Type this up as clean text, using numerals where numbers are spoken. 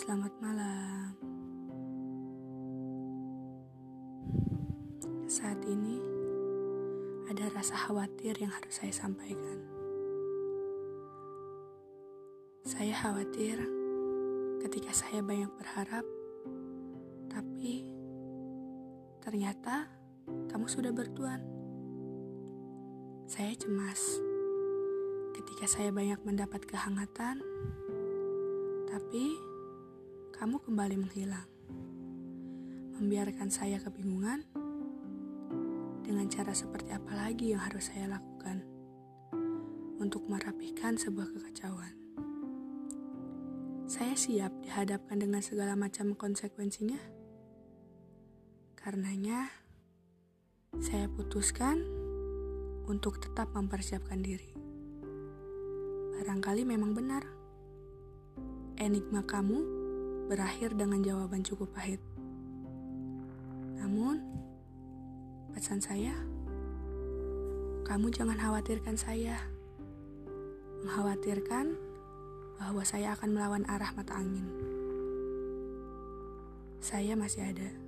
Selamat malam. Saat ini ada rasa khawatir yang harus saya sampaikan. Saya khawatir ketika saya banyak berharap, tapi ternyata kamu sudah bertuan. Saya cemas ketika saya banyak mendapat kehangatan, tapi kamu kembali menghilang, membiarkan saya kebingungan dengan cara seperti apa lagi yang harus saya lakukan untuk merapihkan sebuah kekacauan. Saya siap dihadapkan dengan segala macam konsekuensinya. Karenanya, saya putuskan untuk tetap mempersiapkan diri. Barangkali memang benar, enigma kamu berakhir dengan jawaban cukup pahit. Namun, pesan saya, kamu jangan khawatirkan saya. Mengkhawatirkan bahwa saya akan melawan arah mata angin. Saya masih ada.